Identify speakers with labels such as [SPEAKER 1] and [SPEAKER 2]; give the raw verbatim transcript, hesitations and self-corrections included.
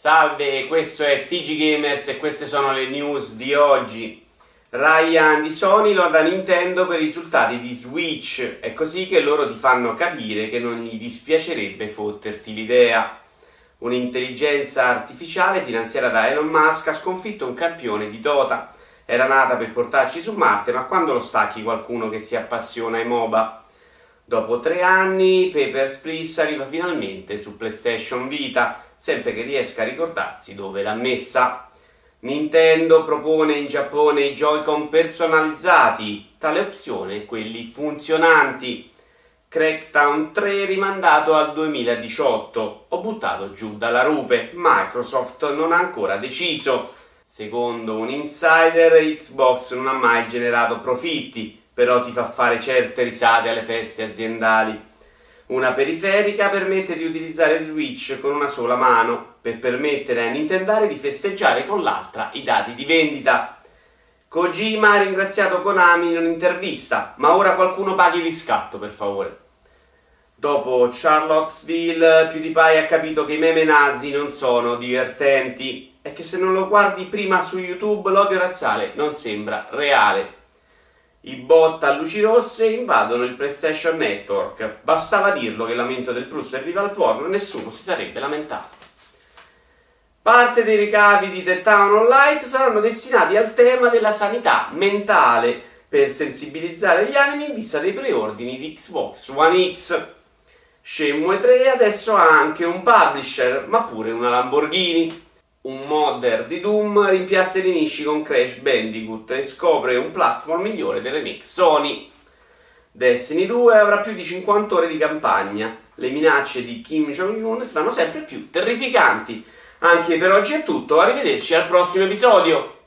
[SPEAKER 1] Salve, questo è T G Gamers e queste sono le news di oggi. Ryan di Sony loda Nintendo per i risultati di Switch, è così che loro ti fanno capire che non gli dispiacerebbe fotterti l'idea. Un'intelligenza artificiale finanziata da Elon Musk ha sconfitto un campione di Dota. Era nata per portarci su Marte, ma quando lo stacchi qualcuno che si appassiona ai MOBA? Dopo tre anni, Papers, Please arriva finalmente su PlayStation Vita, sempre che riesca a ricordarsi dove l'ha messa. Nintendo propone in Giappone i Joy-Con personalizzati, tale opzione quelli funzionanti. Crackdown tre rimandato al duemiladiciotto, ho buttato giù dalla rupe, Microsoft non ha ancora deciso. Secondo un insider, Xbox non ha mai generato profitti, però ti fa fare certe risate alle feste aziendali. Una periferica permette di utilizzare Switch con una sola mano, per permettere ai nintendari di festeggiare con l'altra i dati di vendita. Kojima ha ringraziato Konami in un'intervista, ma ora qualcuno paghi il riscatto, per favore. Dopo Charlottesville, PewDiePie ha capito che i meme nazi non sono divertenti e che se non lo guardi prima su YouTube l'odio razziale non sembra reale. I bot a luci rosse invadono il PlayStation Network. Bastava dirlo che l'aumento del Plus serviva al porno e nessuno si sarebbe lamentato. Parte dei ricavi di The Town of Light saranno destinati al tema della sanità mentale per sensibilizzare gli animi in vista dei preordini di Xbox One X. Shenmue tre adesso ha anche un publisher, ma pure una Lamborghini. Un modder di Doom rimpiazza i nemici con Crash Bandicoot e scopre un platform migliore del remake Sony. Destiny due avrà più di cinquanta ore di campagna. Le minacce di Kim Jong-un saranno sempre più terrificanti. Anche per oggi è tutto, arrivederci al prossimo episodio!